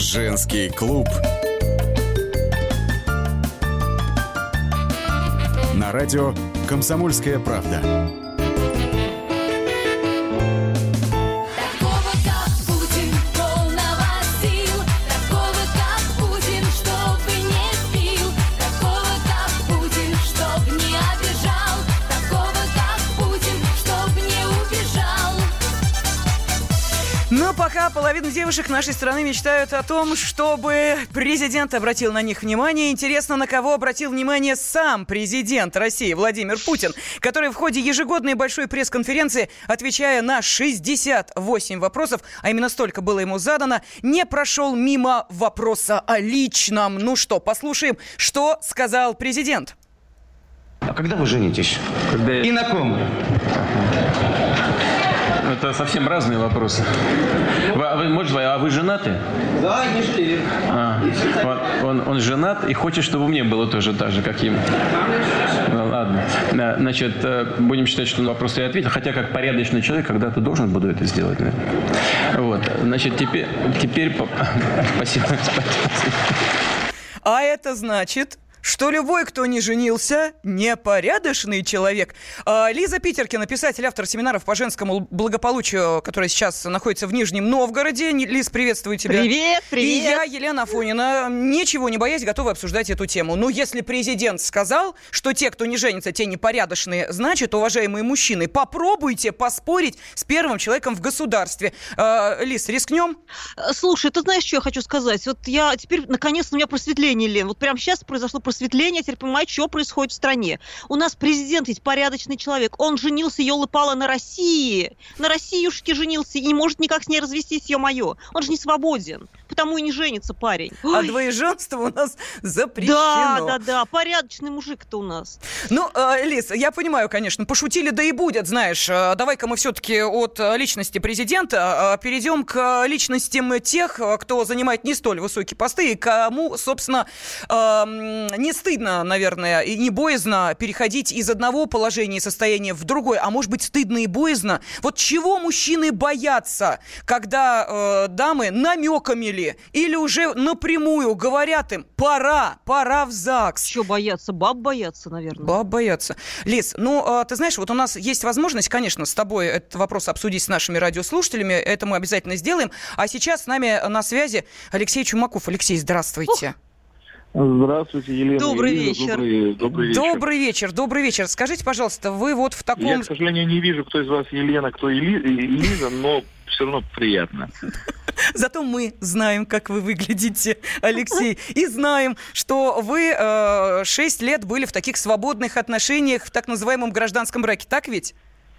Женский клуб. На радио «Комсомольская правда». Но пока половина девушек нашей страны мечтают о том, чтобы президент обратил на них внимание. Интересно, на кого обратил внимание сам президент России Владимир Путин, который в ходе ежегодной большой пресс-конференции, отвечая на 68 вопросов, а именно столько было ему задано, не прошел мимо вопроса о личном. Ну что, послушаем, что сказал президент. А когда вы женитесь? Когда... И на ком? Это совсем разные вопросы. Вы женаты? Да, не жалею. Он женат и хочет, чтобы мне было тоже так же, как ему. Ну, ладно. Значит, будем считать, что на вопрос я ответил. Хотя, как порядочный человек, когда-то должен буду это сделать. Вот. Значит, теперь... Спасибо. А это значит... что любой, кто не женился, непорядочный человек. Лиза Питеркина, писатель, автор семинаров по женскому благополучию, которая сейчас находится в Нижнем Новгороде. Лиз, приветствую тебя. Привет. И я, Елена Афонина, ничего не боясь, готова обсуждать эту тему. Но если президент сказал, что те, кто не женится, те непорядочные, значит, уважаемые мужчины, попробуйте поспорить с первым человеком в государстве. Лиз, рискнем? Слушай, ты знаешь, что я хочу сказать? Вот я теперь, наконец-то, у меня просветление, Лен. Вот прямо сейчас произошло просветление, я теперь понимаю, что происходит в стране. У нас президент ведь порядочный человек. Он женился, ёлы-палы, на России. На Россиюшке женился и не может никак с ней развестись, ё-моё. Он же не свободен. Потому и не женится парень. А двоеженство у нас запрещено. Да. Порядочный мужик-то у нас. Ну, Лиз, я понимаю, конечно, пошутили, да и будет, знаешь. Давай-ка мы все-таки от личности президента перейдем к личностям тех, кто занимает не столь высокие посты, и кому, собственно, не стыдно, наверное, и не боязно переходить из одного положения и состояния в другое, а может быть, стыдно и боязно. Вот чего мужчины боятся, когда дамы намеками или уже напрямую говорят им: пора в ЗАГС. Что боятся? Баб боятся, наверное. Баб боятся. Лиз, ну, ты знаешь, вот у нас есть возможность, конечно, с тобой этот вопрос обсудить с нашими радиослушателями. Это мы обязательно сделаем. А сейчас с нами на связи Алексей Чумаков. Алексей, здравствуйте. Здравствуйте, Елена. Добрый вечер. Добрый вечер. Скажите, пожалуйста, вы вот в таком... Я, к сожалению, не вижу, кто из вас Елена, кто Лиза, но все равно приятно. Зато мы знаем, как вы выглядите, Алексей, и знаем, что вы 6 лет были в таких свободных отношениях, в так называемом гражданском браке, так ведь?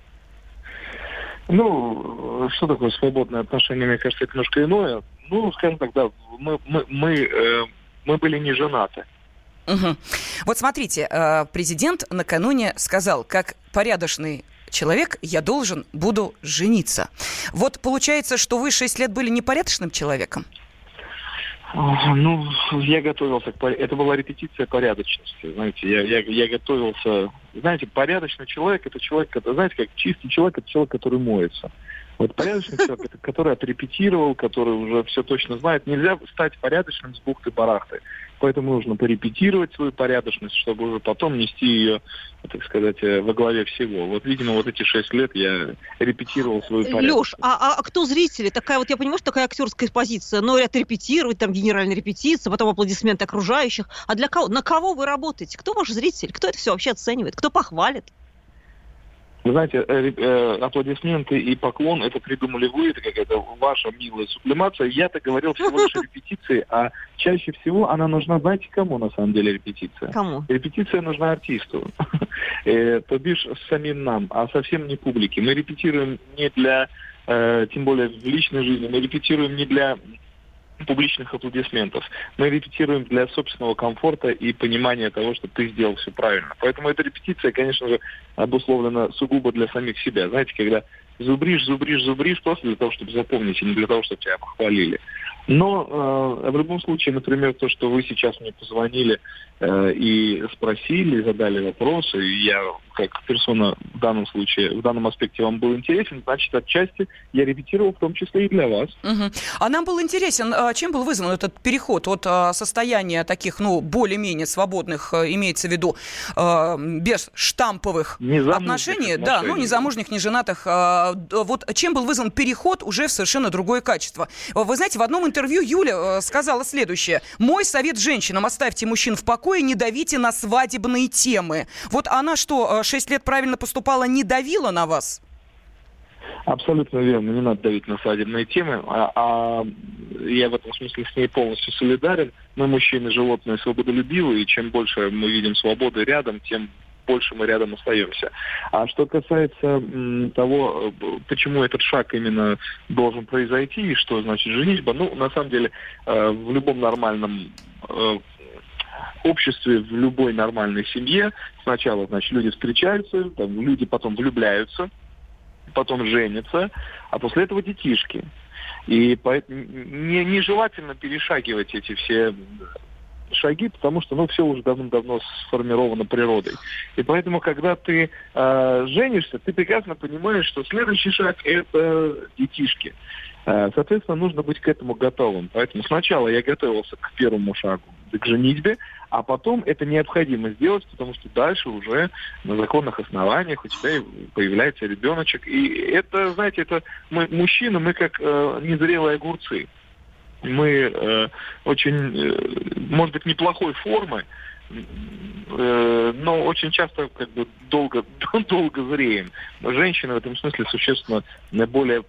Ну, что такое свободное отношение, мне кажется, это немножко иное. Ну, скажем так, да, мы были не женаты. Угу. Вот смотрите, президент накануне сказал, как порядочный человек, я буду жениться. Вот получается, что вы 6 лет были непорядочным человеком? Ну, я готовился это была репетиция порядочности. Знаете, я готовился... Знаете, порядочный человек — это человек, знаете, как чистый человек — это человек, который моется. Вот порядочный человек — это который отрепетировал, который уже все точно знает. Нельзя стать порядочным с бухты-барахты. Поэтому нужно порепетировать свою порядочность, чтобы уже потом нести ее, так сказать, во главе всего. Вот, видимо, вот эти 6 лет я репетировал свою порядочность. Леш, а кто зрители? Такая вот, я понимаю, что такая актерская позиция. Но отрепетировать, там, генеральная репетиция, потом аплодисменты окружающих. А для кого? На кого вы работаете? Кто ваш зритель? Кто это все вообще оценивает? Кто похвалит? Вы знаете, аплодисменты и поклон — это придумали вы, это какая-то ваша милая сублимация. Я-то говорил всего лишь о репетиции, а чаще всего она нужна, знаете, кому на самом деле репетиция? Кому? Репетиция нужна артисту, то бишь самим нам, а совсем не публике. Мы репетируем не для, тем более в личной жизни, мы репетируем не для публичных аплодисментов. Мы репетируем для собственного комфорта и понимания того, что ты сделал все правильно. Поэтому эта репетиция, конечно же, обусловлена сугубо для самих себя. Знаете, когда зубришь просто для того, чтобы запомнить, и не для того, чтобы тебя похвалили. Но в любом случае, например, то, что вы сейчас мне позвонили и спросили, задали вопросы, и я как персона в данном случае, в данном аспекте вам был интересен, значит, отчасти я репетировал в том числе и для вас. Угу. А нам был интересен, чем был вызван этот переход от состояния таких, более-менее свободных, имеется в виду, без штамповых отношений, незамужних, неженатых. Вот чем был вызван переход уже в совершенно другое качество? Вы знаете, в одном интервью Юля сказала следующее. «Мой совет женщинам: оставьте мужчин в покое, не давите на свадебные темы». Вот она что, 6 лет правильно поступала, не давила на вас? Абсолютно верно, не надо давить на свадебные темы, я в этом смысле с ней полностью солидарен. Мы, мужчины, животные свободолюбивые, и чем больше мы видим свободы рядом, тем больше мы рядом остаемся. А что касается того, почему этот шаг именно должен произойти, и что значит женитьба, на самом деле, в любом нормальном обществе, в любой нормальной семье сначала, люди встречаются, люди потом влюбляются, потом женятся, а после этого детишки. И поэтому нежелательно перешагивать эти все шаги, потому что все уже давным-давно сформировано природой. И поэтому, когда ты женишься, ты прекрасно понимаешь, что следующий шаг – это детишки. Соответственно, нужно быть к этому готовым. Поэтому сначала я готовился к первому шагу, к женитьбе, а потом это необходимо сделать, потому что дальше уже на законных основаниях у тебя появляется ребеночек. И это, это мы, мужчины, мы как незрелые огурцы. Мы очень, может быть, неплохой формы, но очень часто долго зреем. Женщины в этом смысле существенно более,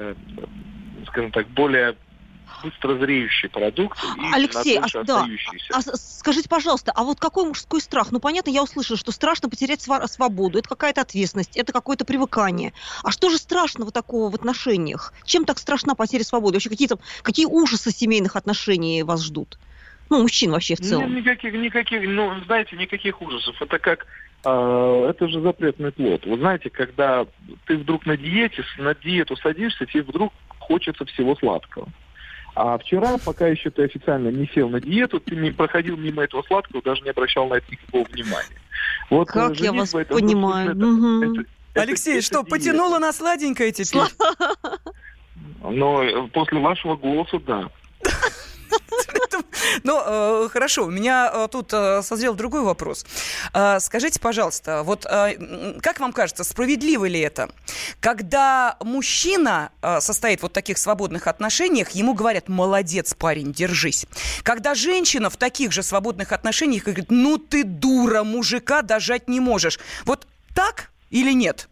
более быстро зреющий продукт и Алексей, остающийся. Скажите, пожалуйста, а вот какой мужской страх? Понятно, я услышала, что страшно потерять свободу, это какая-то ответственность, это какое-то привыкание. А что же страшного такого в отношениях? Чем так страшна потеря свободы? Вообще какие ужасы семейных отношений вас ждут? Мужчин вообще в целом. Никаких ужасов. Это как это же запретный плод. Вы знаете, когда ты вдруг на диету садишься, тебе вдруг хочется всего сладкого. А вчера, пока еще ты официально не сел на диету, ты не проходил мимо этого сладкого, даже не обращал на это никакого внимания. Вот как я вас понимаю. Алексей, что, потянуло на сладенькое теперь? Но после вашего голоса, да. Хорошо, у меня тут созрел другой вопрос. Скажите, пожалуйста, вот как вам кажется, справедливо ли это? Когда мужчина состоит в таких свободных отношениях, ему говорят: молодец, парень, держись. Когда женщина в таких же свободных отношениях говорит: ты дура, мужика дожать не можешь. Вот так или нет?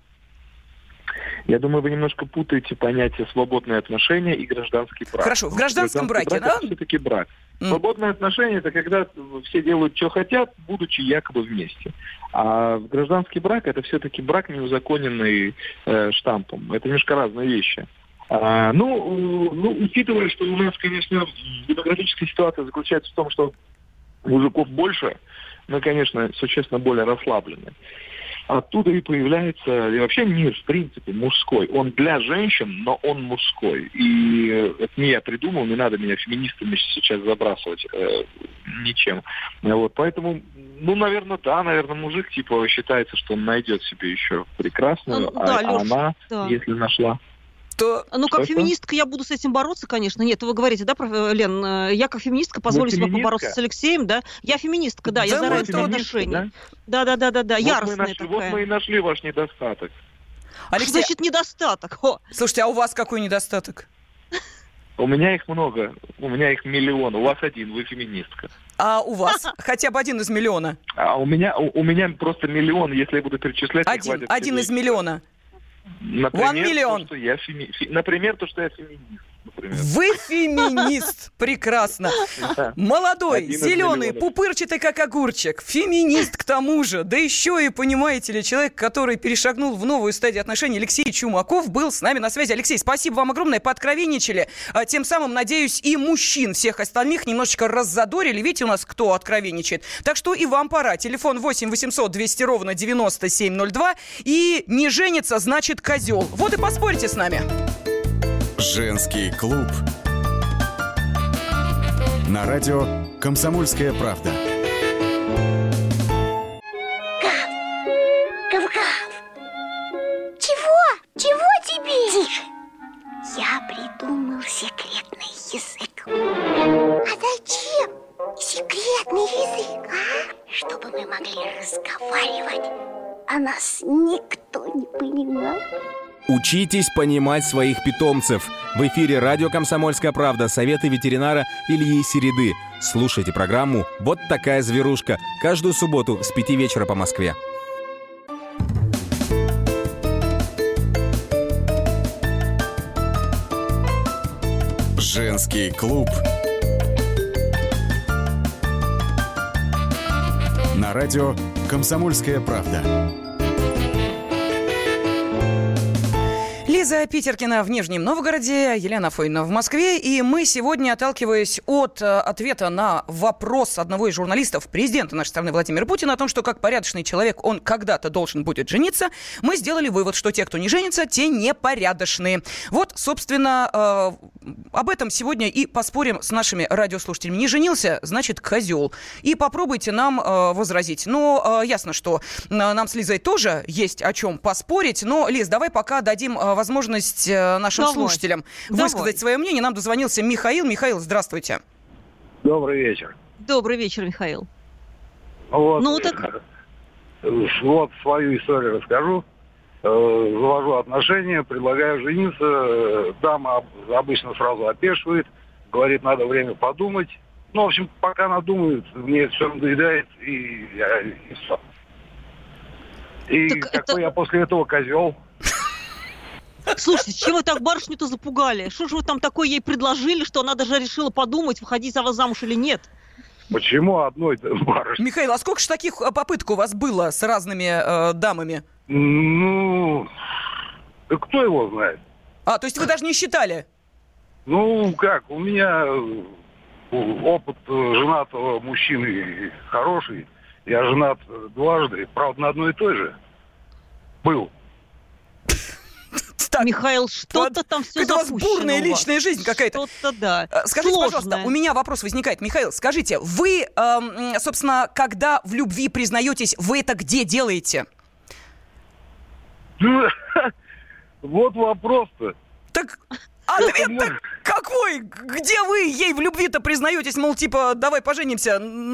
Я думаю, вы немножко путаете понятие «свободные отношения» и «гражданский брак». Хорошо, в гражданском браке, да? Это все-таки брак. Свободные отношения – это когда все делают, что хотят, будучи якобы вместе. А гражданский брак – это все-таки брак, неузаконенный штампом. Это немножко разные вещи. Учитывая, что у нас, конечно, демографическая ситуация заключается в том, что мужиков больше, мы, конечно, существенно более расслаблены. Оттуда и появляется, и вообще мир, в принципе, мужской. Он для женщин, но он мужской. И это не я придумал, не надо меня феминистами сейчас забрасывать ничем. Поэтому, наверное, мужик, считается, что он найдет себе еще прекрасную, Леш, она, если нашла... как феминистка я буду с этим бороться, конечно. Нет, вы говорите, да, Лен, я как феминистка позволю себе побороться с Алексеем, да? Я феминистка, да, я за равенство отношений. Да, яростная такая. Вот мы и нашли ваш недостаток. Алексей, что значит недостаток? Слушайте, а у вас какой недостаток? У меня их много, у меня их миллион, у вас один, вы феминистка. А у вас хотя бы один из миллиона? А у меня просто миллион, если я буду перечислять... Один из миллиона. Например, то, что я феминист. Например. Вы феминист. Прекрасно. Молодой, зеленый, пупырчатый, как огурчик. Феминист к тому же. Да еще и, понимаете ли, человек, который перешагнул в новую стадию отношений, Алексей Чумаков, был с нами на связи. Алексей, спасибо вам огромное, пооткровенничали. Тем самым, надеюсь, и мужчин всех остальных немножечко раззадорили. Видите, у нас кто откровенничает. Так что и вам пора. Телефон 8 800 200 ровно 9702. И не женится, значит козел. Вот и поспорьте с нами. Женский клуб. На радио «Комсомольская правда». понимать. Учитесь понимать своих питомцев. В эфире радио «Комсомольская правда». Советы ветеринара Ильи Середы. Слушайте программу «Вот такая зверушка» каждую субботу с 5 вечера по Москве. Женский клуб. На радио «Комсомольская правда». Лиза Питеркина в Нижнем Новгороде, Елена Фойна в Москве. И мы сегодня, отталкиваясь от ответа на вопрос одного из журналистов, президента нашей страны Владимира Путина, о том, что как порядочный человек он когда-то должен будет жениться, мы сделали вывод, что те, кто не женится, те непорядочные. Вот, собственно, об этом сегодня и поспорим с нашими радиослушателями. Не женился, значит, козел. И попробуйте нам возразить. Но ясно, что нам с Лизой тоже есть о чем поспорить. Но, Лиз, давай пока дадим возможность нашим слушателям высказать свое мнение. Нам дозвонился Михаил. Михаил, здравствуйте. Добрый вечер. Добрый вечер, Михаил. Вот, так... вот свою историю расскажу. Завожу отношения, предлагаю жениться. Дама обычно сразу опешивает, говорит, надо время подумать. Ну, в общем, пока она думает, мне это все надоедает, и все. И так какой я после этого козел. Слушайте, чем вы так барышню-то запугали? Что же вы там такое ей предложили, что она даже решила подумать, выходить за вас замуж или нет? Почему одной-то барышни? Михаил, а сколько же таких попыток у вас было с разными дамами? Ну, да кто его знает? То есть вы даже не считали? Ну, как, у меня опыт женатого мужчины хороший. Я женат дважды, правда, на одной и той же был. Так, Михаил, что-то там все запущено. Это у вас бурная личная жизнь какая-то. Что-то, да. Скажите, сложное. пожалуйста, у меня вопрос возникает. Михаил, скажите, вы, собственно, когда в любви признаетесь, вы это где делаете? Вот вопрос-то. Так ответ-то какой? Где вы ей в любви-то признаетесь? Мол, типа, давай поженимся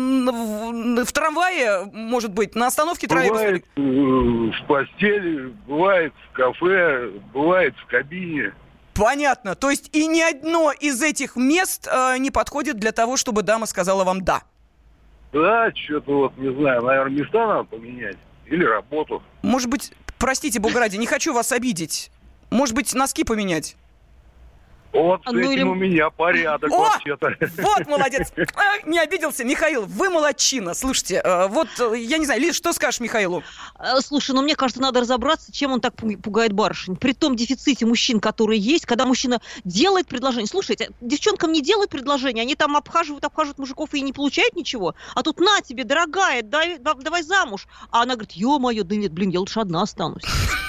в трамвае, может быть, на остановке троллейбуса? Бывает в постели, бывает в кафе, бывает в кабине. Понятно. То есть и ни одно из этих мест не подходит для того, чтобы дама сказала вам «да». Да, что-то вот, не знаю, наверное, места надо поменять. Или работу. Может быть, простите, бога ради, не хочу вас обидеть. Может быть, носки поменять? Вот с этим у меня порядок вообще-то. Вот, молодец. Не обиделся. Михаил, вы молодчина. Слушайте, вот, я не знаю, Лиз, что скажешь Михаилу? Слушай, ну, мне кажется, надо разобраться, чем он так пугает барышень. При том дефиците мужчин, которые есть, когда мужчина делает предложение. Слушайте, девчонкам не делают предложение, они там обхаживают мужиков и не получают ничего. А тут на тебе, дорогая, давай замуж. А она говорит, ё-моё, да нет, блин, я лучше одна останусь.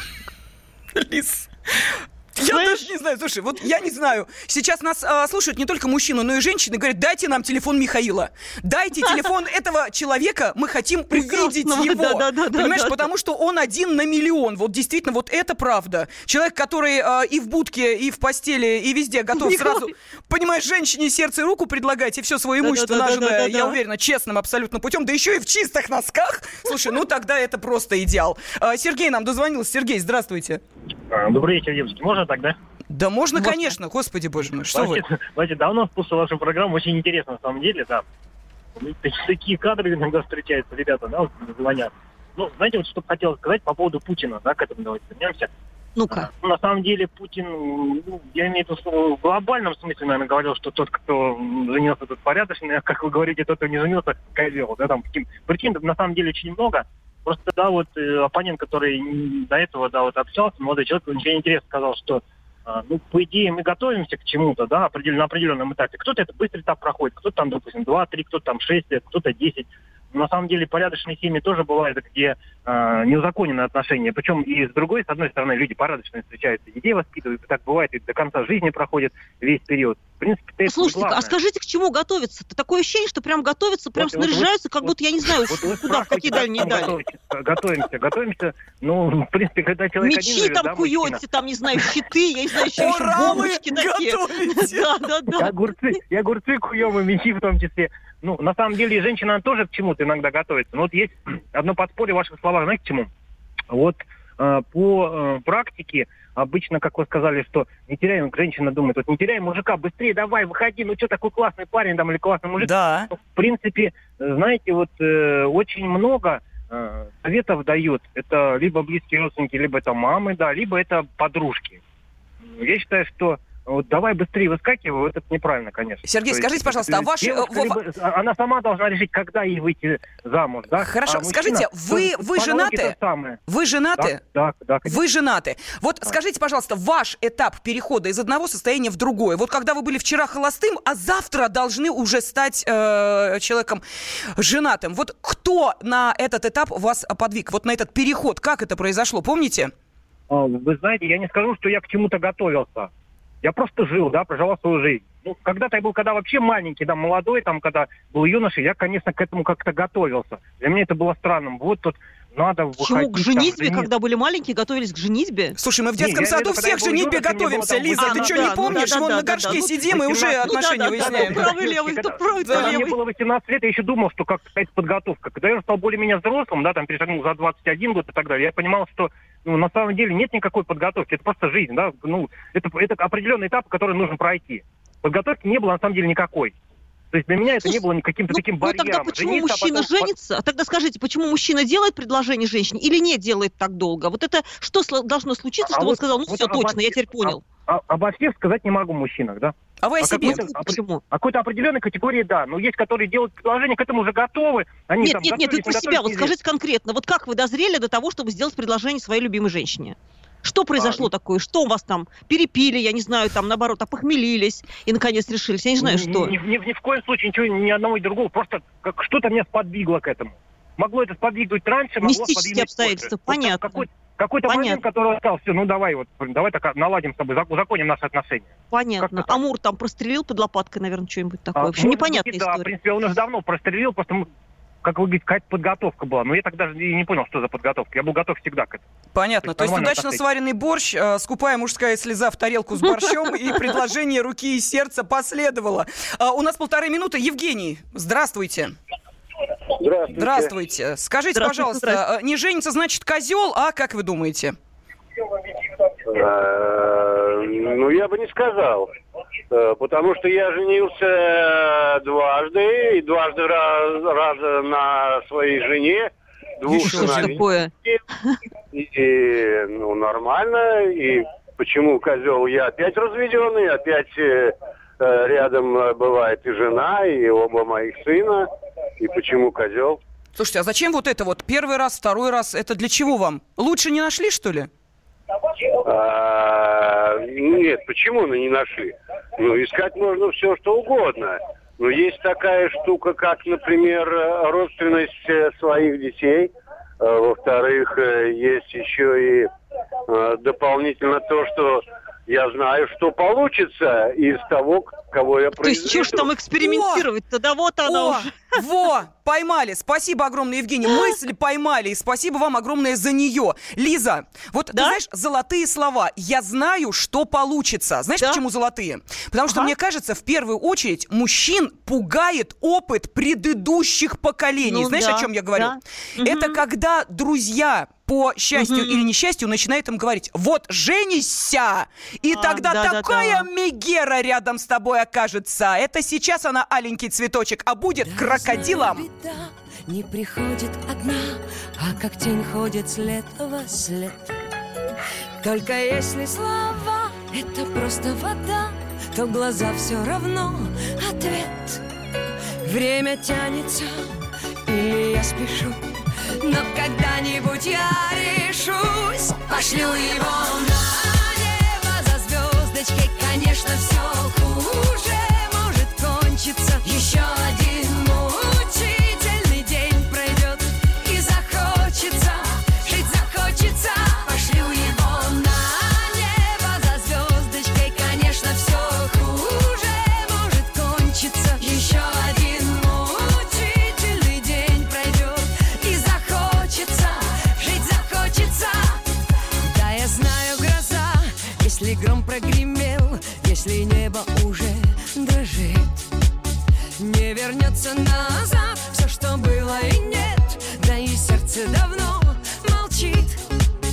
Лиз... Я даже не знаю, слушай, вот я не знаю. Сейчас нас слушают не только мужчины, но и женщины. Говорят, дайте нам телефон Михаила. Дайте телефон этого человека, мы хотим увидеть его. Понимаешь, потому что он 1 на миллион. Вот действительно, вот это правда. Человек, который и в будке, и в постели, и везде готов сразу, понимаешь, женщине сердце и руку предлагать, и все свое имущество нажитое, я уверена, честным абсолютно путем, да еще и в чистых носках. Слушай, ну тогда это просто идеал. Сергей нам дозвонился. Сергей, здравствуйте. Добрый вечер, девушки. Можно тогда? Да можно, конечно. Господи, боже мой, что вы? Знаете, давно слушал вашу программу, очень интересно на самом деле, да. Такие кадры иногда встречаются, ребята, да, вот звонят. Ну, знаете, вот что хотел сказать по поводу Путина, да, к этому давайте вернемся. Ну-ка. На самом деле Путин, я имею в виду в глобальном смысле, наверное, говорил, что тот, кто женился, тот порядочный, а как вы говорите, тот, кто не женился, козел, да, там, причин на самом деле очень много. Просто, да, вот оппонент, который до этого, да, вот общался, молодой человек, он очень интересно сказал, что, ну, по идее, мы готовимся к чему-то, да, на определенном этапе. Кто-то это быстрый этап проходит, кто-то там, допустим, 2-3, кто-то там 6 лет, кто-то 10. Но на самом деле порядочные семьи тоже бывают, где неузаконенные отношения. Причем и с одной стороны, люди порядочные встречаются, детей воспитывают, и так бывает, и до конца жизни проходит весь период. В принципе, это слушайте, главное. А скажите, к чему готовиться-то? Такое ощущение, что прям готовятся, прям снаряжаются, как будто, я не знаю, куда, в какие дальние дали. Готовимся. Ну, в принципе, когда человек мечи один живет, там да, куете, мужчина. там, не знаю, щиты, я не знаю, еще бомбочки такие. Да. Огурцы куем, и мечи в том числе. Ну, на самом деле, женщина тоже к чему-то иногда готовится. Но вот есть одно подспорье в ваших словах, знаете, к чему? Вот по практике обычно, как вы сказали, что не теряем, женщина думает, вот не теряем мужика, быстрее давай, выходи, ну что, такой классный парень там или классный мужик. Да. В принципе, знаете, вот очень много советов дают. Это либо близкие родственники, либо это мамы, да, либо это подружки. Я считаю, что вот давай быстрее выскакивай, это неправильно, конечно. Сергей, скажите, пожалуйста, а ваш... Она сама должна решить, когда ей выйти замуж, да? Хорошо, скажите, вы женаты? Вы женаты? Да. Вы женаты. Вот скажите, пожалуйста, ваш этап перехода из одного состояния в другое. Вот когда вы были вчера холостым, а завтра должны уже стать человеком женатым. Вот кто на этот этап вас подвиг? Вот на этот переход, как это произошло, помните? Вы знаете, я не скажу, что я к чему-то готовился. Я просто жил, да, проживал свою жизнь. Ну, когда-то я был, когда вообще маленький, да, молодой, там, когда был юношей, я, конечно, к этому как-то готовился. Для меня это было странным. Вот тут надо выходить. Почему к женитьбе, когда были маленькие, готовились к женитьбе? Слушай, мы в детском саду всех женитьбе готовимся, Лиза. Ты что, не помнишь? Вон на горшке сидим и уже отношения выясняем. Правый, левый, Когда мне было 18 лет, я еще думал, что какая-то подготовка. Когда я стал более-менее взрослым, да, там перешагнул за 21 год и так далее, я понимал, что на самом деле нет никакой подготовки. Это просто жизнь, да. Ну, это определенный этап, который нужно пройти. Подготовки не было на самом деле никакой. То есть для меня это не было каким-то таким барьером. Ну тогда почему мужчина женится? А тогда скажите, почему мужчина делает предложение женщине или не делает так долго? Вот это что должно случиться, чтобы он сказал, ну все, точно, я теперь понял. Обо всех сказать не могу мужчинах, да? А вы о себе? Почему? Какой-то определенной категории, да. Но есть, которые делают предложение, к этому уже готовы. Нет, вы про себя. Вот скажите конкретно. Вот как вы дозрели до того, чтобы сделать предложение своей любимой женщине? Что произошло такое? Что у вас там? Перепили, я не знаю, там, наоборот, опохмелились и, наконец, решились? Я не знаю, что. Ни в коем случае ничего, ни одного и другого. Просто что-то меня сподвигло к этому. Могло это сподвигнуть раньше, могло сподвигнуть позже. Мистические обстоятельства, понятно. Какой-то момент, который остался, все, ну давай так наладим с тобой, узаконим наши отношения. Понятно. Амур там прострелил под лопаткой, наверное, что-нибудь такое. В общем, непонятная история. Да, в принципе, он уже давно прострелил, просто, как вы говорите, какая-то подготовка была. Но я тогда даже не понял, что за подготовка. Я был готов всегда к этому. Понятно. То есть удачно сваренный борщ, скупая мужская слеза в тарелку с борщом, и предложение руки и сердца последовало. У нас 1,5 минуты. Евгений, здравствуйте. Здравствуйте. Скажите, пожалуйста, не женится, значит, козел, а как вы думаете? Ну, я бы не сказал. Потому что я женился дважды, и дважды раз на своей жене. Что же такое? И, ну, нормально. И почему козел? Я опять разведенный, опять рядом бывает и жена, и оба моих сына. И почему козел? Слушайте, а зачем вот это вот? Первый раз, второй раз, это для чего вам? Лучше не нашли, что ли? Нет, почему мы не нашли? Ну, искать можно все, что угодно. Но есть такая штука, как, например, родственность своих детей. Во-вторых, есть еще и дополнительно то, что я знаю, что получится из того, кого я произведу. То есть, что ж там экспериментировать-то? Да вот она уже. Поймали. Спасибо огромное, Евгений. Мысль поймали. И спасибо вам огромное за нее. Лиза, вот ты знаешь, золотые слова. Я знаю, что получится. Знаешь, почему золотые? Потому что, мне кажется, в первую очередь мужчин пугает опыт предыдущих поколений. Знаешь, о чем я говорю? Это когда друзья по счастью или несчастью начинают им говорить: вот, женишься, и тогда такая мегера рядом с тобой окажется. Это сейчас она аленький цветочек, а будет крокодилом. Беда не приходит одна, а как тень ходит след во след. Только если слова — это просто вода, то в глаза все равно ответ. Время тянется, или я спешу, но когда-нибудь я решусь. Пошлю его на небо за звездочкой. Конечно, все хуже может кончиться. Еще один мучительный день пройдет, и захочется, жить захочется. Пошлю его на небо за звездочкой. Конечно, все хуже может кончиться. Еще один мучительный день пройдет, и захочется, жить захочется. Да, я знаю, гроза, если гром прогремел, если небо уже дрожит, не вернется назад все, что было и нет, да и сердце давно молчит.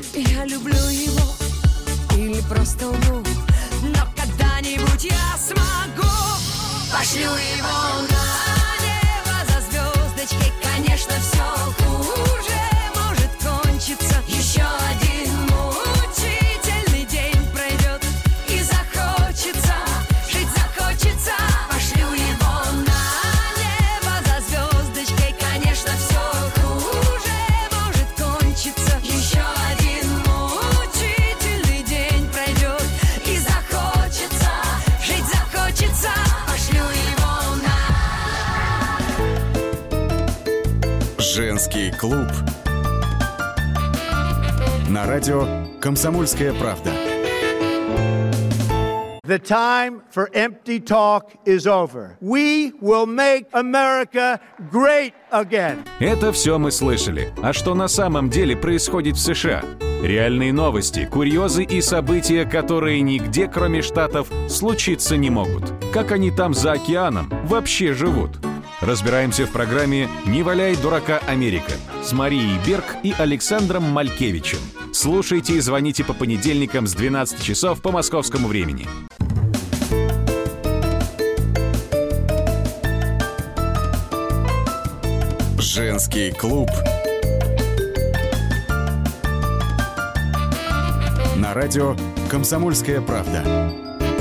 я люблю его или просто лгу, но когда-нибудь я смогу. Пошлю его на небо за звездочкой, конечно, все хуже может кончиться. Еще один мучительный день пройдет и захочется, жить захочется. Пошлю его на небо за звездочкой, конечно, все хуже может кончиться. Еще один мучительный день пройдет и захочется, жить захочется. Пошлю его на... Женский клуб. На радио «Комсомольская правда». The time for empty talk is over. We will make America great again. Это все мы слышали. А что на самом деле происходит в США? Реальные новости, курьезы и события, которые нигде, кроме Штатов, случиться не могут. Как они там за океаном вообще живут? Разбираемся в программе «Не валяй дурака, Америка» с Марией Берг и Александром Малькевичем. Слушайте и звоните по понедельникам с 12 часов по московскому времени. Женский клуб. На радио «Комсомольская правда».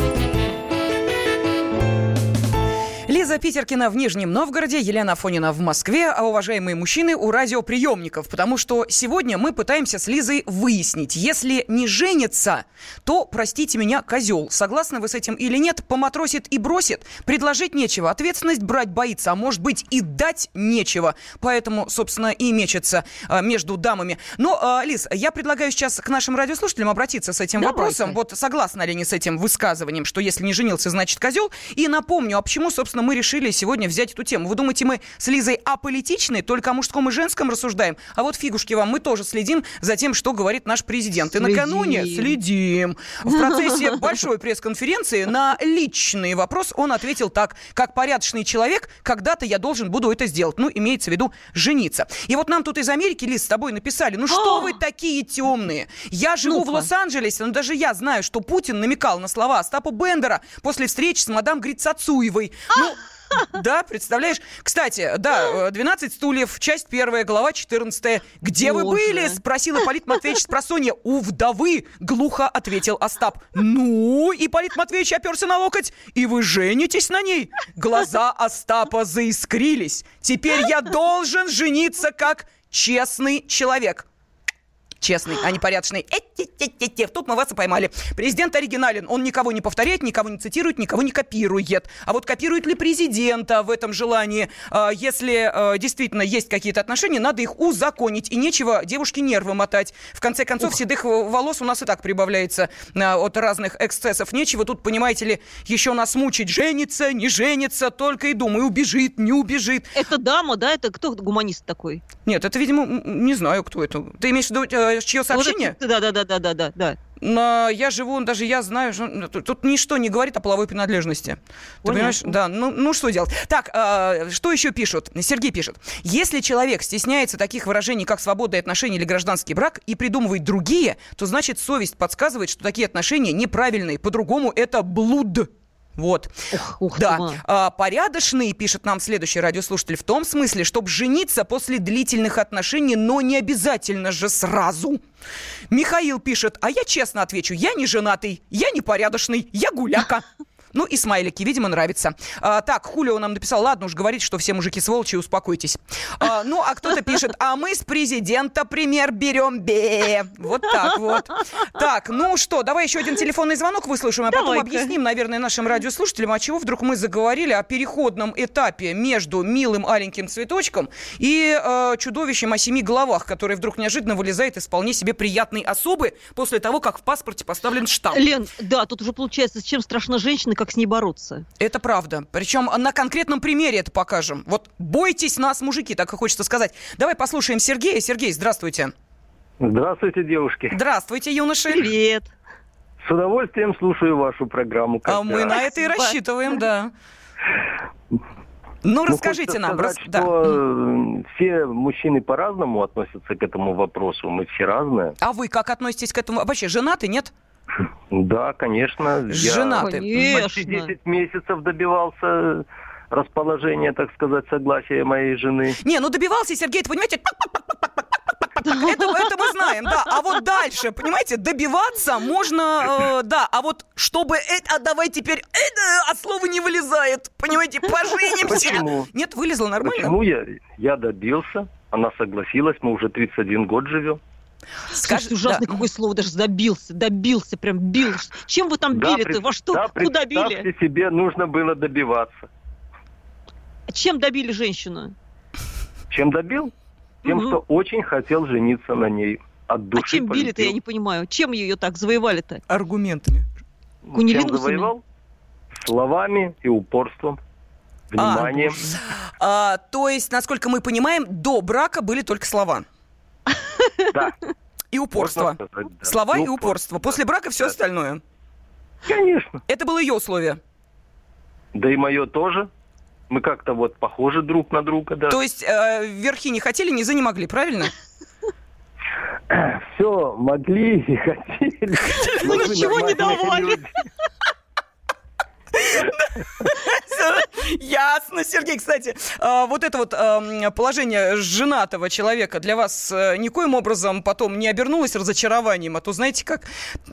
Лиза Питеркина в Нижнем Новгороде, Елена Афонина в Москве, а уважаемые мужчины у радиоприемников, потому что сегодня мы пытаемся с Лизой выяснить, если не женится, то, простите меня, козел. Согласны вы с этим или нет? Поматросит и бросит, предложить нечего, ответственность брать боится, а может быть и дать нечего. Поэтому, собственно, и мечется между дамами. Но, Лиз, я предлагаю сейчас к нашим радиослушателям обратиться с этим вопросом. Вот согласны ли они с этим высказыванием, что если не женился, значит козел? И напомню, а почему, собственно, мы решили сегодня взять эту тему. Вы думаете, мы с Лизой аполитичны, только о мужском и женском рассуждаем? А вот фигушки вам, мы тоже следим за тем, что говорит наш президент. И накануне следим. В процессе большой пресс-конференции на личный вопрос он ответил так: как порядочный человек, когда-то я буду это сделать. Ну, имеется в виду жениться. И вот нам тут из Америки, Лиз, с тобой написали: ну что вы такие темные? Я живу в Лос-Анджелесе, но даже я знаю, что Путин намекал на слова Остапа Бендера после встречи с мадам Грицацуевой. Ну, да, представляешь? Кстати, да, 12 стульев, часть 1, глава 14. Где вы были? Спросил Ипполит Матвеевич спросонья. У вдовы, глухо ответил Остап. Ну, Ипполит Матвеевич оперся на локоть. И вы женитесь на ней? Глаза Остапа заискрились. Теперь я должен жениться как честный человек. Честный, а не порядочный. Тут мы вас и поймали. Президент оригинален. Он никого не повторяет, никого не цитирует, никого не копирует. А вот копирует ли президента в этом желании? Если действительно есть какие-то отношения, надо их узаконить. И нечего девушке нервы мотать. В конце концов, седых волос у нас и так прибавляется от разных эксцессов. Нечего тут, понимаете ли, еще нас мучить. Женится, не женится, только и думай, убежит, не убежит. Это дама, да? Это кто гуманист такой? Нет, это, видимо, не знаю, кто это. Ты имеешь в виду, чье сообщение? Да. Но я живу, даже я знаю, что тут ничто не говорит о половой принадлежности. Ты понимаешь? Да, ну что делать? Так, что еще пишут? Сергей пишет. Если человек стесняется таких выражений, как свободные отношения или гражданский брак, и придумывает другие, то значит совесть подсказывает, что такие отношения неправильные. По-другому это блуд. Вот. Да. Порядочный, пишет нам следующий радиослушатель, в том смысле, чтобы жениться после длительных отношений, но не обязательно же сразу. Михаил пишет: а я честно отвечу, я не женатый, я не порядочный, я гуляка. Ну и смайлики, видимо, нравится. Так, Хулио нам написал: ладно уж, говорит, что все мужики сволочи, успокойтесь. Ну, а кто-то пишет: а мы с президента пример берем. Вот так вот. Так, ну что, давай еще один телефонный звонок выслушаем, а потом объясним, наверное, нашим радиослушателям, от чего вдруг мы заговорили о переходном этапе между милым аленьким цветочком и чудовищем о 7 головах, который вдруг неожиданно вылезает из вполне себе приятной особы после того, как в паспорте поставлен штамп. Лен, да, тут уже получается, чем страшна женщина, как с ней бороться. Это правда. Причем на конкретном примере это покажем. Вот бойтесь нас, мужики, так и хочется сказать. Давай послушаем Сергея. Сергей, здравствуйте. Здравствуйте, девушки. Здравствуйте, юноши. Привет. С удовольствием слушаю вашу программу. А мы на это и рассчитываем, да. Ну, расскажите нам. Сказать, что все мужчины по-разному относятся к этому вопросу. Мы все разные. А вы как относитесь к этому? Вообще, женаты, нет? Да, конечно. Женаты. Я почти 10 месяцев добивался расположения, так сказать, согласия моей жены. Не, ну добивался, Сергей, это, понимаете, это мы знаем, да. А вот дальше, понимаете, добиваться можно, да. А вот чтобы давай теперь, от слова не вылезает, понимаете, поженимся. Почему? Нет, вылезло нормально. Почему я добился? Она согласилась, мы уже 31 год живем. Скажите, ужасное какое слово, даже добился, прям бил. Чем вы там били-то? Во что? Куда били? Представьте себе, нужно было добиваться. Чем добили женщину? Чем добил? Тем, что очень хотел жениться на ней. От души. А чем били-то, я не понимаю. Чем ее так завоевали-то? Аргументами. Чем завоевал? Словами и упорством. Вниманием. То есть, насколько мы понимаем, до брака были только слова. Да. И упорство. Сказать, да. Слова и упорство. После брака все остальное. Конечно. Это было ее условие. Да и мое тоже. Мы как-то вот похожи друг на друга. Да. То есть верхи не хотели, низы не могли, правильно? Все могли и хотели. Но ничего не давали. Ясно, Сергей. Кстати, вот это вот положение женатого человека для вас никоим образом потом не обернулось разочарованием? А то, знаете, как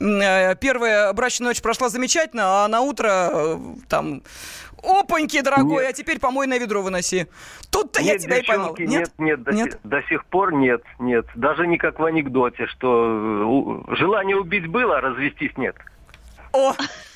первая брачная ночь прошла замечательно, а на утро там... Опаньки, дорогой, нет. А теперь помойное ведро выноси. Тут-то я тебя и поймал. Нет, до сих пор нет. Даже не как в анекдоте, что желание убить было, а развестись нет. О,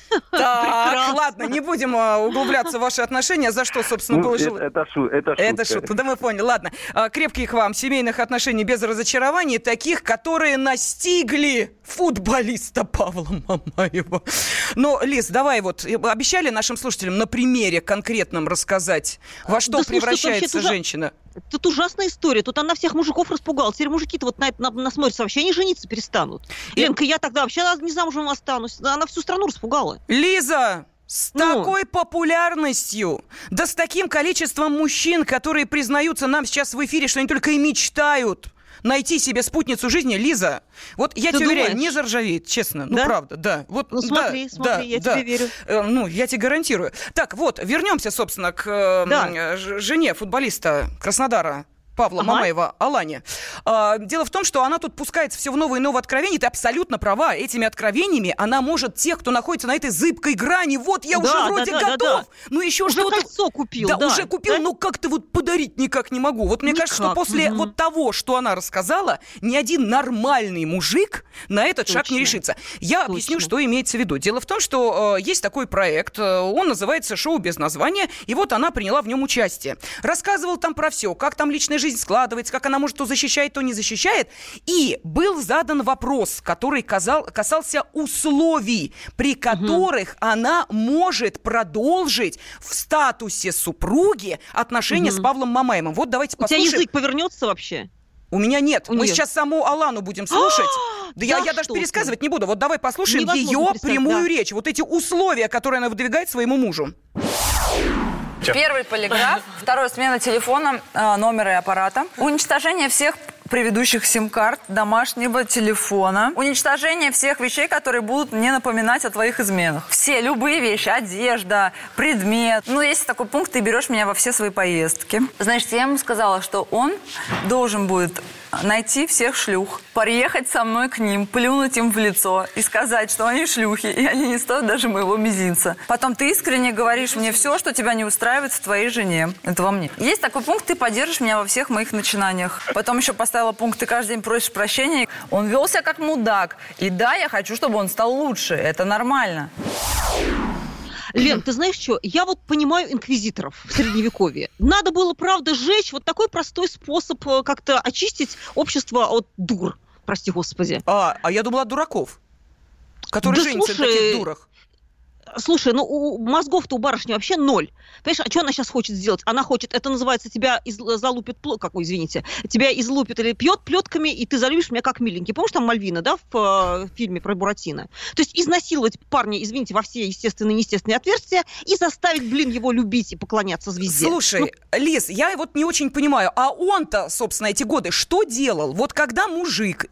так, ладно, не будем углубляться в ваши отношения. За что, собственно, было желание? Это шутка. Да мы поняли. Ладно, крепких вам семейных отношений без разочарований, таких, которые настигли футболиста Павла Мамаева. Но, Лиз, давай вот, обещали нашим слушателям на примере конкретном рассказать, во что превращается женщина. Тут ужасная история. Тут она всех мужиков распугала. Теперь мужики-то вот на это насмотрятся, вообще они жениться перестанут. Ленка, я тогда вообще не замужем останусь. Она всю страну распугала. Лиза, с такой популярностью, да с таким количеством мужчин, которые признаются нам сейчас в эфире, что они только и мечтают найти себе спутницу жизни, Лиза, вот я тебе уверяю, не заржавеет, честно, да? Правда, да. Вот, ну смотри, я тебе верю. Я тебе гарантирую. Так, вот, вернемся, собственно, к жене футболиста Краснодара Павла Мамаева, Алане. Дело в том, что она тут пускается все в новые и новые откровения. Ты абсолютно права. Этими откровениями она может тех, кто находится на этой зыбкой грани. Вот я уже вроде готов. Да. Ну еще уже что-то... кольцо купил. Да, уже купил, но как-то вот подарить никак не могу. Вот мне кажется, что после вот того, что она рассказала, ни один нормальный мужик на этот шаг не решится. Я объясню, что имеется в виду. Дело в том, что есть такой проект. Он называется «Шоу без названия». И вот она приняла в нем участие. Рассказывал там про все. Как там личная жизнь складывается, как она может то защищает, то не защищает. И был задан вопрос, который касался условий, при которых она может продолжить в статусе супруги отношения с Павлом Мамаевым. Вот давайте послушаем. У тебя язык повернется вообще? У меня нет. Мы сейчас саму Алану будем слушать. Да я даже пересказывать не буду. Вот давай послушаем ее прямую речь. Вот эти условия, которые она выдвигает своему мужу. Первый полиграф, второй смена телефона, номера и аппарата, уничтожение всех предыдущих сим-карт, домашнего телефона, уничтожение всех вещей, которые будут мне напоминать о твоих изменах. Все, любые вещи, одежда, предмет. Ну, есть такой пункт, ты берешь меня во все свои поездки. Значит, я ему сказала, что он должен будет найти всех шлюх, приехать со мной к ним, плюнуть им в лицо и сказать, что они шлюхи, и они не стоят даже моего мизинца. Потом ты искренне говоришь мне все, что тебя не устраивает в твоей жене. Это во мне. Есть такой пункт, ты поддержишь меня во всех моих начинаниях. Потом еще поставила пункт, ты каждый день просишь прощения. Он вел себя как мудак. И да, я хочу, чтобы он стал лучше. Это нормально. Лен, ты знаешь что? Я вот понимаю инквизиторов в Средневековье. Надо было, правда, сжечь. Вот такой простой способ как-то очистить общество от дур. Прости господи. А я думала от дураков, которые женятся на таких дурах. Слушай, ну у мозгов-то у барышни вообще ноль. Понимаешь, а что она сейчас хочет сделать? Она хочет, это называется, тебя тебя излупит или пьет плетками, и ты залюбишь меня как миленький. Помнишь там Мальвина, да, в фильме про Буратино? То есть изнасиловать парня, извините, во все естественные и неестественные отверстия и заставить, его любить и поклоняться звезде. Слушай, Лиз, я вот не очень понимаю, а он-то, собственно, эти годы что делал? Вот когда мужик,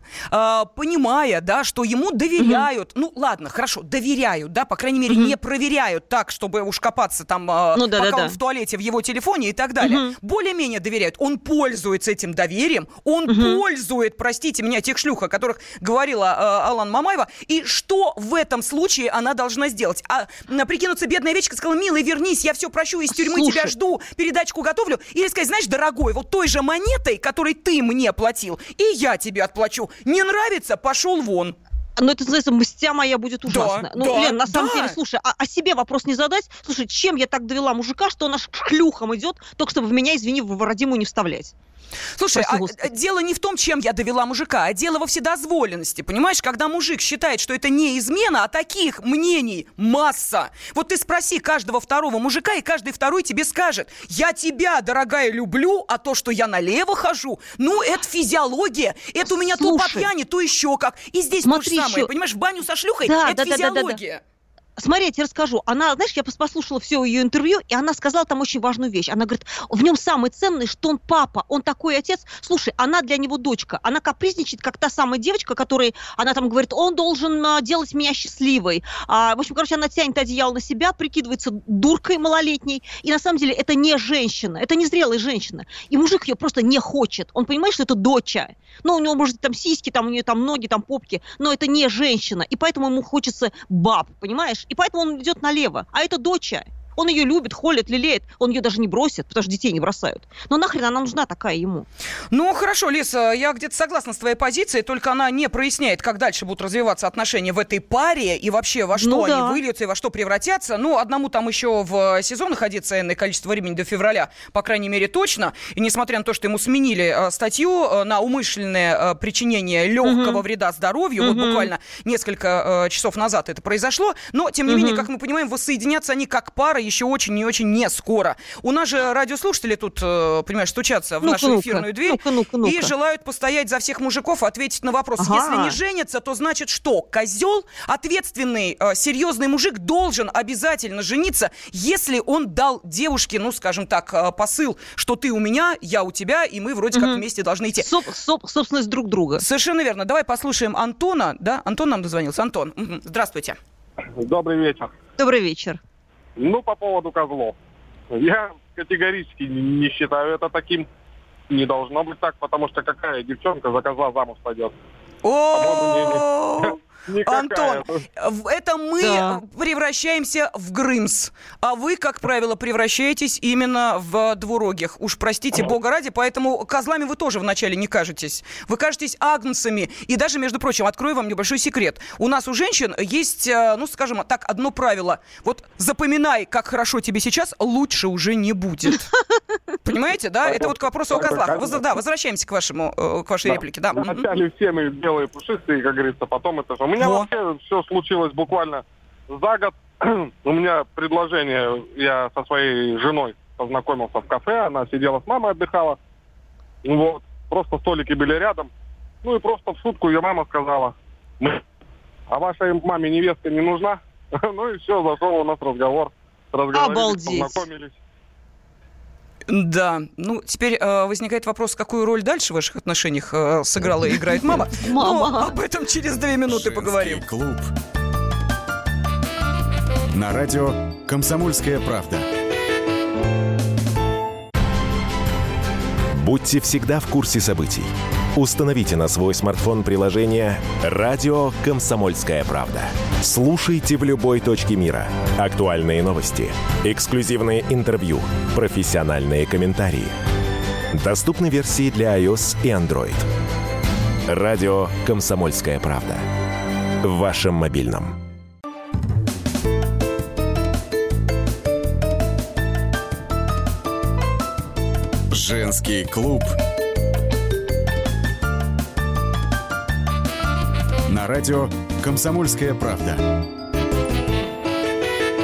понимая, да, что ему доверяют, ну ладно, хорошо, доверяют, да, по крайней мере, не проверяют так, чтобы уж копаться там, пока он в туалете, в его телефоне и так далее. Более-менее доверяют. Он пользуется этим доверием, он пользует, простите меня, тех шлюх, о которых говорила Алана Мамаева. И что в этом случае она должна сделать? Прикинуться бедная овечка, сказала: милый, вернись, я все прощу, из тюрьмы тебя жду, передачку готовлю. Или сказать: знаешь, дорогой, вот той же монетой, которой ты мне платил, и я тебе отплачу. Не нравится? Пошел вон. Но это называется «мстя моя будет ужасна». Лен, на самом деле, слушай, а себе вопрос не задать? Слушай, чем я так довела мужика, что он аж к шлюхам идет, только чтобы в меня, извини, в родимую не вставлять? Слушай, дело не в том, чем я довела мужика, а дело во вседозволенности. Понимаешь, когда мужик считает, что это не измена, а таких мнений масса. Вот ты спроси каждого второго мужика, и каждый второй тебе скажет: я тебя, дорогая, люблю, а то, что я налево хожу, ну, это физиология. Это у меня то по пьяни, то еще как. И здесь то же самое. Понимаешь, в баню со шлюхой это физиология. Смотри, я тебе расскажу. Она, знаешь, я послушала все ее интервью, и она сказала там очень важную вещь. Она говорит, в нем самое ценное, что он папа, он такой отец. Слушай, она для него дочка. Она капризничает, как та самая девочка, которой она там говорит, он должен делать меня счастливой. В общем, она тянет одеяло на себя, прикидывается дуркой малолетней. И на самом деле это не женщина, это не зрелая женщина. И мужик ее просто не хочет. Он понимает, что это доча. Ну, у него, может, там сиськи, там у нее там ноги, там попки, но это не женщина. И поэтому ему хочется баб, понимаешь? И поэтому он идет налево. А это доча. Он ее любит, холит, лелеет. Он ее даже не бросит, потому что детей не бросают. Но нахрен она нужна такая ему? Ну, хорошо, Лиз, я где-то согласна с твоей позицией, только она не проясняет, как дальше будут развиваться отношения в этой паре и вообще во что они выльются и во что превратятся. Ну, одному там еще в СИЗО находиться энное количество времени до февраля, по крайней мере, точно. И несмотря на то, что ему сменили статью на умышленное причинение легкого вреда здоровью, вот буквально несколько часов назад это произошло, но, тем не менее, как мы понимаем, воссоединяться они как пара еще очень и очень не скоро. У нас же радиослушатели тут, понимаешь, стучатся в нашу эфирную дверь и желают постоять за всех мужиков, ответить на вопрос. Если не женятся, то значит что? Козел, ответственный, серьезный мужик должен обязательно жениться, если он дал девушке, ну, скажем так, посыл, что ты у меня, я у тебя, и мы вроде как вместе должны идти. Собственность друг друга. Совершенно верно. Давай послушаем Антона. Да? Антон нам дозвонился. Антон, здравствуйте. Добрый вечер. Добрый вечер. Ну, по поводу козлов. Я категорически не считаю это таким. Не должно быть так, потому что какая девчонка за козла замуж пойдет? Антон, это мы превращаемся в Грымс, а вы, как правило, превращаетесь именно в двурогих. Уж простите, бога ради, поэтому козлами вы тоже вначале не кажетесь. Вы кажетесь агнцами. И даже, между прочим, открою вам небольшой секрет. У нас у женщин есть, ну, скажем так, одно правило. Вот запоминай, как хорошо тебе сейчас, лучше уже не будет. Понимаете, да? Это вот к вопросу о козлах. Да, возвращаемся к вашей реплике. Да. Вначале все мы белые пушистые, как говорится, потом это же. У меня вообще все случилось буквально за год. У меня предложение, я со своей женой познакомился в кафе, она сидела с мамой, отдыхала. Вот, просто столики были рядом. Ну и просто в шутку ее мама сказала, а вашей маме невестка не нужна? Ну и все, зашел у нас разговор. Разговорились, познакомились. Да, ну теперь возникает вопрос, какую роль дальше в ваших отношениях сыграла и играет мама. Но об этом через 2 минуты поговорим. Клуб. На радио «Комсомольская правда». Будьте всегда в курсе событий. Установите на свой смартфон приложение «Радио Комсомольская правда». Слушайте в любой точке мира. Актуальные новости, эксклюзивные интервью, профессиональные комментарии. Доступны версии для iOS и Android. «Радио Комсомольская правда». В вашем мобильном. Женский клуб. На радио «Комсомольская правда».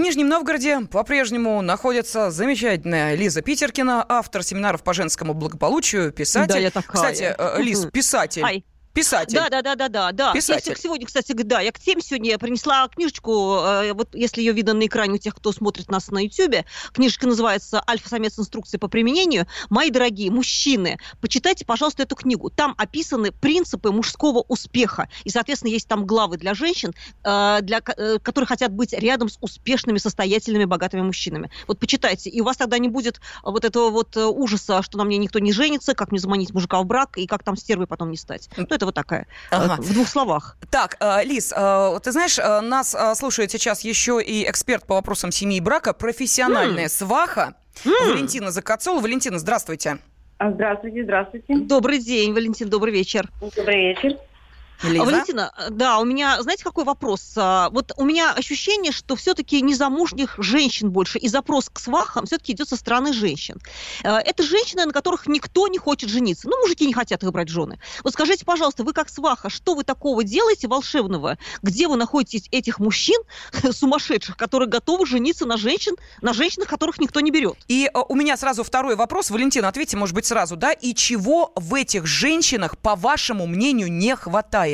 Нижнем Новгороде по-прежнему находится замечательная Лиза Питеркина, автор семинаров по женскому благополучию, писатель. Да, я такая. Кстати, Лиз, писатель. Ай. Писатель. Да. Писатель. Сегодня, кстати, да, я к теме сегодня принесла книжечку, вот если ее видно на экране у тех, кто смотрит нас на Ютьюбе. Книжечка называется «Альфа-самец. Инструкции по применению». Мои дорогие мужчины, почитайте, пожалуйста, эту книгу. Там описаны принципы мужского успеха. И, соответственно, есть там главы для женщин, которые хотят быть рядом с успешными, состоятельными, богатыми мужчинами. Вот почитайте. И у вас тогда не будет вот этого вот ужаса, что на мне никто не женится, как мне заманить мужика в брак и как там стервой потом не стать. Это вот такая, в двух словах. Так, Лиз, ты знаешь, нас слушает сейчас еще и эксперт по вопросам семьи и брака, профессиональная сваха Валентина Закацола. Валентина, здравствуйте. Здравствуйте. Добрый день, Валентин, добрый вечер. Добрый вечер. Лиза? Валентина, да, у меня, знаете, какой вопрос? Вот у меня ощущение, что все-таки незамужних женщин больше, и запрос к свахам все-таки идет со стороны женщин. Это женщины, на которых никто не хочет жениться. Ну, мужики не хотят их брать в жены. Вот скажите, пожалуйста, вы как сваха, что вы такого делаете волшебного? Где вы находите этих мужчин сумасшедших, которые готовы жениться на женщинах, которых никто не берет? И у меня сразу второй вопрос. Валентина, ответьте, может быть, сразу, да? И чего в этих женщинах, по вашему мнению, не хватает?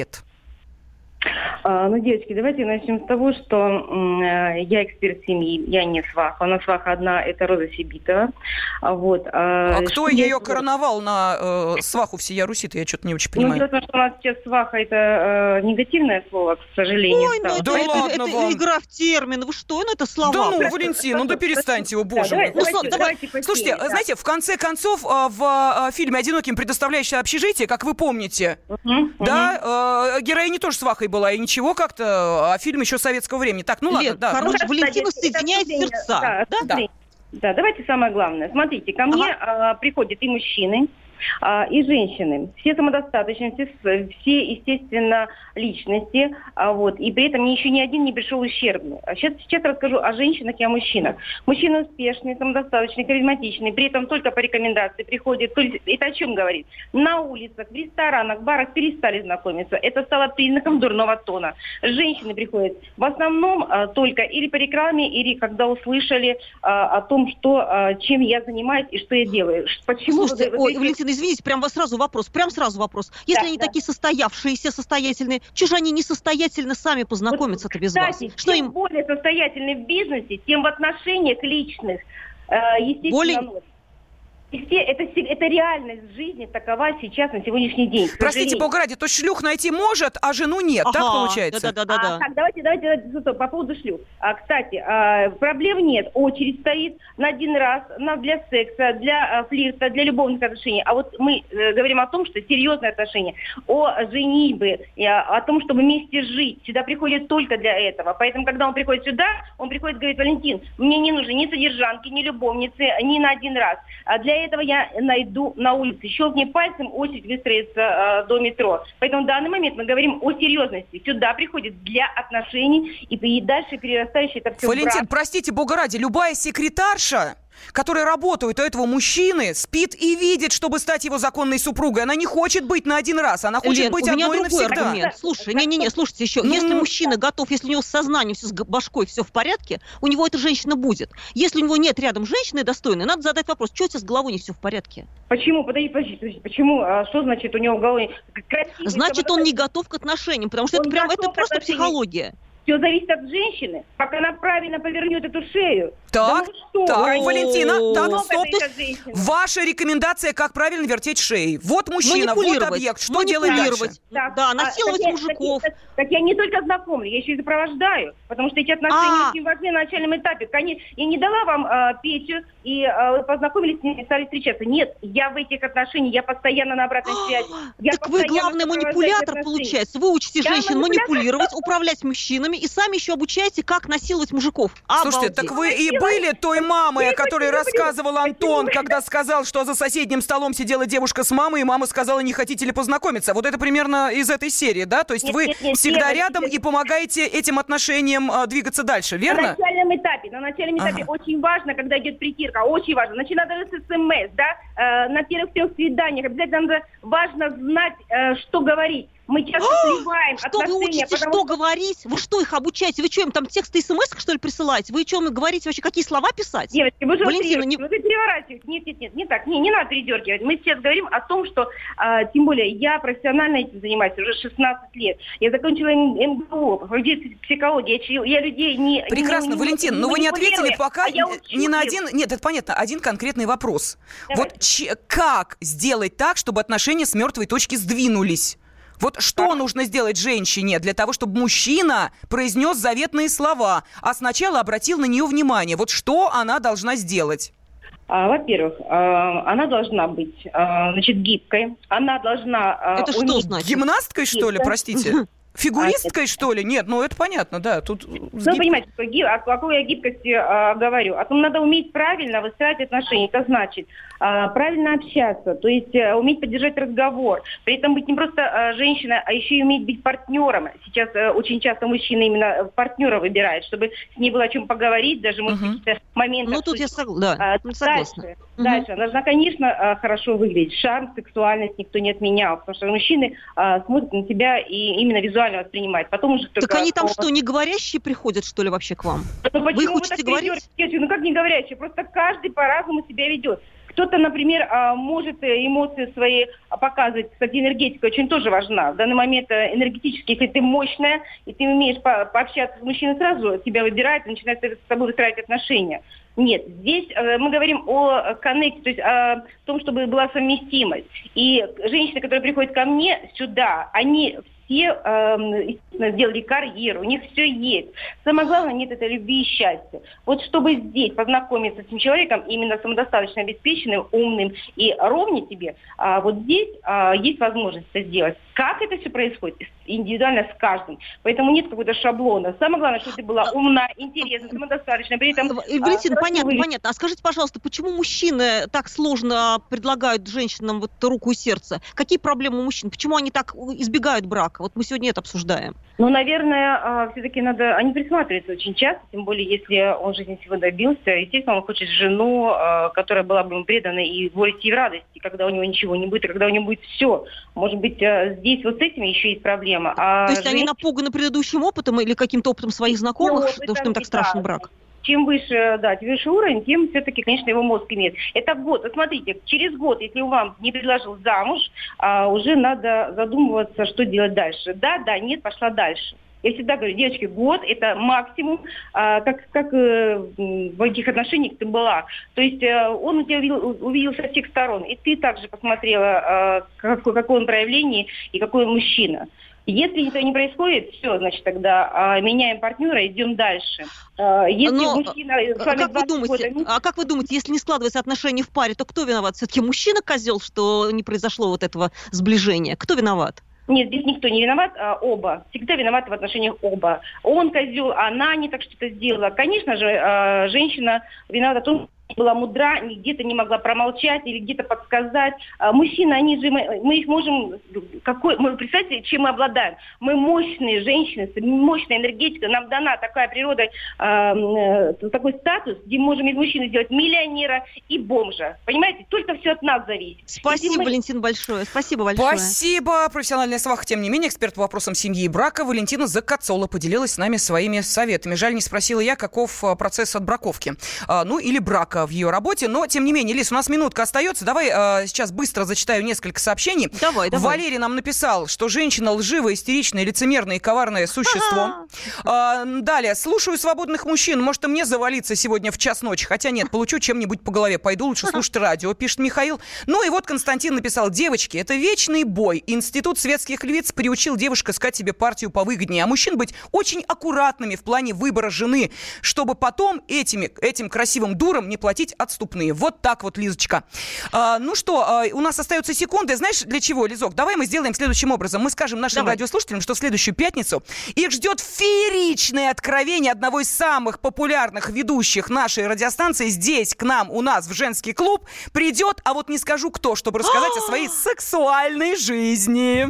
Ну, девочки, давайте начнем с того, что я эксперт семьи, я не сваха. У нас сваха одна, это Роза Сибитова. Вот. А кто ее короновал на сваху всея Руси-то? Я что-то не очень понимаю. Ну, дело в том, что у нас сейчас сваха это негативное слово, к сожалению. Ой, ну это игра в термины. Вы что? Ну это слова. Да ну, Валентин, да перестаньте его, боже мой. Слушайте, знаете, в конце концов, в фильме «Одиноким предоставляющее общежитие», как вы помните, да, героиня тоже свахой была, и ничего как-то, а фильм еще советского времени. Так, ну ладно, да. Короче, Валентина соединяет сердца. Да, давайте самое главное. Смотрите, ко мне приходят и мужчины, и женщины. Все самодостаточные, все, естественно, личности. Вот, и при этом еще ни один не пришел ущербный. Сейчас расскажу о женщинах и о мужчинах. Мужчины успешные, самодостаточные, харизматичные, при этом только по рекомендации приходят. То есть, это о чем говорит? На улицах, в ресторанах, барах перестали знакомиться. Это стало признаком дурного тона. Женщины приходят в основном только или по рекламе, или когда услышали о том, чем я занимаюсь и что я делаю. Почему? Слушайте, Валентина, извините, прям сразу вопрос. Если они такие состоявшиеся, состоятельные, чего же они несостоятельно сами познакомятся-то без вас? Что им более состоятельны в бизнесе, тем в отношениях личных, естественно, это реальность жизни такова сейчас на сегодняшний день. Простите, бога ради, то шлюх найти может, а жену нет, так получается? Да. Так, давайте по поводу шлюх. Кстати, проблем нет. Очередь стоит на один раз для секса, для флирта, для любовных отношений. А вот мы говорим о том, что серьезные отношения, о женитьбе, о том, чтобы вместе жить. Сюда приходит только для этого. Поэтому, когда он приходит сюда, он приходит и говорит: Валентин, мне не нужны ни содержанки, ни любовницы, ни на один раз. А для этого я найду на улице. Щелкни пальцем, очередь выстроится до метро. Поэтому в данный момент мы говорим о серьезности. Сюда приходит для отношений и дальше перерастающее это все. Валентин, простите, бога ради, любая секретарша, которая работает у этого мужчины, спит и видит, чтобы стать его законной супругой. Она не хочет быть на один раз, она хочет быть одной навсегда. Аргумент. Слушай, слушайте еще. Если мужчина готов, если у него с сознанием, все с башкой, все в порядке, у него эта женщина будет. Если у него нет рядом женщины достойной, надо задать вопрос, что у тебя с головой не все в порядке? Почему? Подожди. Почему? Что значит у него в голове? Значит, он не готов к отношениям, потому что это просто психология. Все зависит от женщины, как она правильно повернет эту шею. Так, Валентина, стоп. Ваша рекомендация, как правильно вертеть шеей. Вот мужчина, вот объект. Что делать дальше? Да, насиловать мужиков. Так я не только знакомлю, я еще и сопровождаю. Потому что эти отношения очень важны на начальном этапе. Я не дала вам Петю, и познакомились с ней, стали встречаться. Нет, я в этих отношениях, я постоянно на обратной связи. Так вы главный манипулятор, получается. Вы учите женщин манипулировать, управлять мужчинами и сами еще обучаете, как насиловать мужиков. Слушайте, так вы и были той мамой, о которой рассказывал Антон, когда сказал, что за соседним столом сидела девушка с мамой, и мама сказала: не хотите ли познакомиться? Вот это примерно из этой серии, да? То есть вы всегда рядом и помогаете этим отношениям двигаться дальше, верно? начальном этапе очень важно, когда идет притирка, очень важно. Значит, надо с СМС, да, на первых 3 свиданиях обязательно важно знать, что говорить. Мы часто сливаем что отношения. Вы учите, что говорить? Вы что, их обучаете? Вы что, им там тексты СМС, что ли, присылаете? Вы что, говорите вообще, какие слова писать? Девочки, вы же Валентина, переворачиваете. Нет, не так. Не надо передергивать. Мы сейчас говорим о том, что, тем более, я профессионально этим занимаюсь уже 16 лет. Я закончила МГУ, психология. Я людей не... Прекрасно, Валентин, но вы не ответили пока ни на один... Нет, это понятно, один конкретный вопрос. Давай. Вот как сделать так, чтобы отношения с мертвой точки сдвинулись? Вот что нужно сделать женщине для того, чтобы мужчина произнес заветные слова, а сначала обратил на нее внимание? Вот что она должна сделать? Во-первых, она должна быть, гибкой. Она должна... Это что значит? Гимнасткой, что ли, простите? Фигуристкой, что ли? Нет, это понятно, да. Тут понимаете, о какой я гибкости говорю. О том, надо уметь правильно выстраивать отношения. Это значит правильно общаться, то есть уметь поддержать разговор. При этом быть не просто женщиной, а еще и уметь быть партнером. Сейчас очень часто мужчины именно партнера выбирают, чтобы с ней было о чем поговорить, даже, может быть, какие-то моменты... Ну, тут я согласна. Дальше. Она должна, конечно, хорошо выглядеть. Шарм, сексуальность никто не отменял, потому что мужчины смотрят на тебя и именно визуально воспринимают. Потом уже так они там что, не говорящие приходят, что ли, вообще к вам? Вы их учите говорить? Ну, как не говорящие? Просто каждый по-разному себя ведет. Кто-то, например, может эмоции свои показывать. Кстати, энергетика очень тоже важна. В данный момент энергетически, если ты мощная, и ты умеешь пообщаться с мужчиной, сразу тебя выбирает и начинает с тобой выстраивать отношения. Нет, здесь мы говорим о коннекте, то есть о том, чтобы была совместимость. И женщины, которые приходят ко мне сюда, они все, естественно, сделали карьеру, у них все есть. Самое главное, нет этой любви и счастья. Вот чтобы здесь познакомиться с этим человеком, именно самодостаточно обеспеченным, умным и ровней тебе, вот здесь есть возможность это сделать. Как это все происходит? Индивидуально с каждым. Поэтому нет какого-то шаблона. Самое главное, чтобы ты была умна, интересна, самодостаточна. При этом, Валентин, понятно. А скажите, пожалуйста, почему мужчины так сложно предлагают женщинам вот руку и сердце? Какие проблемы у мужчин? Почему они так избегают брака? Вот мы сегодня это обсуждаем. Ну, наверное, все-таки надо... Они присматриваются очень часто, тем более, если он жизни всего добился. Естественно, он хочет жену, которая была бы ему предана и в горести, и в радости, когда у него ничего не будет, и когда у него будет все. Может быть, здесь вот с этим еще есть проблема. То есть они напуганы предыдущим опытом или каким-то опытом своих знакомых, что им так страшен брак? Чем выше, выше уровень, тем все-таки, конечно, его мозг имеет. Это год. Вот смотрите, через год, если он вам не предложил замуж, уже надо задумываться, что делать дальше. Да, нет, пошла дальше. Я всегда говорю, девочки, год – это максимум, как в этих отношениях ты была. То есть он у тебя увидел со всех сторон, и ты также посмотрела, какое он проявление и какой он мужчина. Если этого не происходит, все, значит, тогда меняем партнера, идем дальше. Если мужчина с вами как вы думаете, если не складываются отношения в паре, то кто виноват? Все-таки мужчина козел, что не произошло вот этого сближения? Кто виноват? Нет, здесь никто не виноват, оба. Всегда виноваты в отношениях оба. Он козел, она не так что-то сделала. Конечно же, женщина виновата в том, была мудра, где-то не могла промолчать или где-то подсказать. Мужчины, они же, мы их можем... Представьте, чем мы обладаем. Мы мощные женщины, мощная энергетика. Нам дана такая природа, такой статус, где мы можем из мужчины сделать миллионера и бомжа. Понимаете? Только все от нас зависит. Спасибо, Валентин, большое. Спасибо большое. Спасибо. Профессиональная сваха, тем не менее, эксперт по вопросам семьи и брака Валентина Закацола поделилась с нами своими советами. Жаль, не спросила я, каков процесс отбраковки. Или брака в ее работе, но, тем не менее, Лиз, у нас минутка остается. Давай сейчас быстро зачитаю несколько сообщений. Давай. Валерий нам написал, что женщина лживая, истеричная, лицемерное и коварное существо. Далее. Слушаю свободных мужчин. Может, и мне завалиться сегодня в час ночи. Хотя нет, получу чем-нибудь по голове. Пойду лучше слушать радио, пишет Михаил. Ну и вот Константин написал. Девочки, это вечный бой. Институт светских львиц приучил девушек искать себе партию повыгоднее, а мужчин быть очень аккуратными в плане выбора жены, чтобы потом этим красивым дурам не платить отступные. Вот так вот, Лизочка. У нас остаются секунды. Знаешь, для чего, Лизок? Давай мы сделаем следующим образом. Мы скажем нашим радиослушателям, что в следующую пятницу их ждет фееричное откровение одного из самых популярных ведущих нашей радиостанции. Здесь, к нам, у нас, в женский клуб, придет, а вот не скажу кто, чтобы рассказать о своей сексуальной жизни.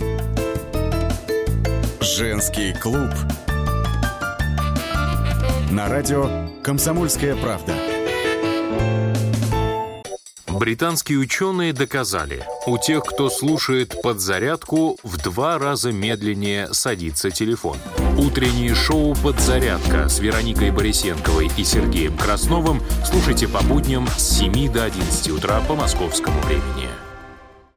Женский клуб. На радио «Комсомольская правда». Британские ученые доказали, у тех, кто слушает «Подзарядку», в 2 раза медленнее садится телефон. Утреннее шоу «Подзарядка» с Вероникой Борисенковой и Сергеем Красновым слушайте по будням с 7 до 11 утра по московскому времени.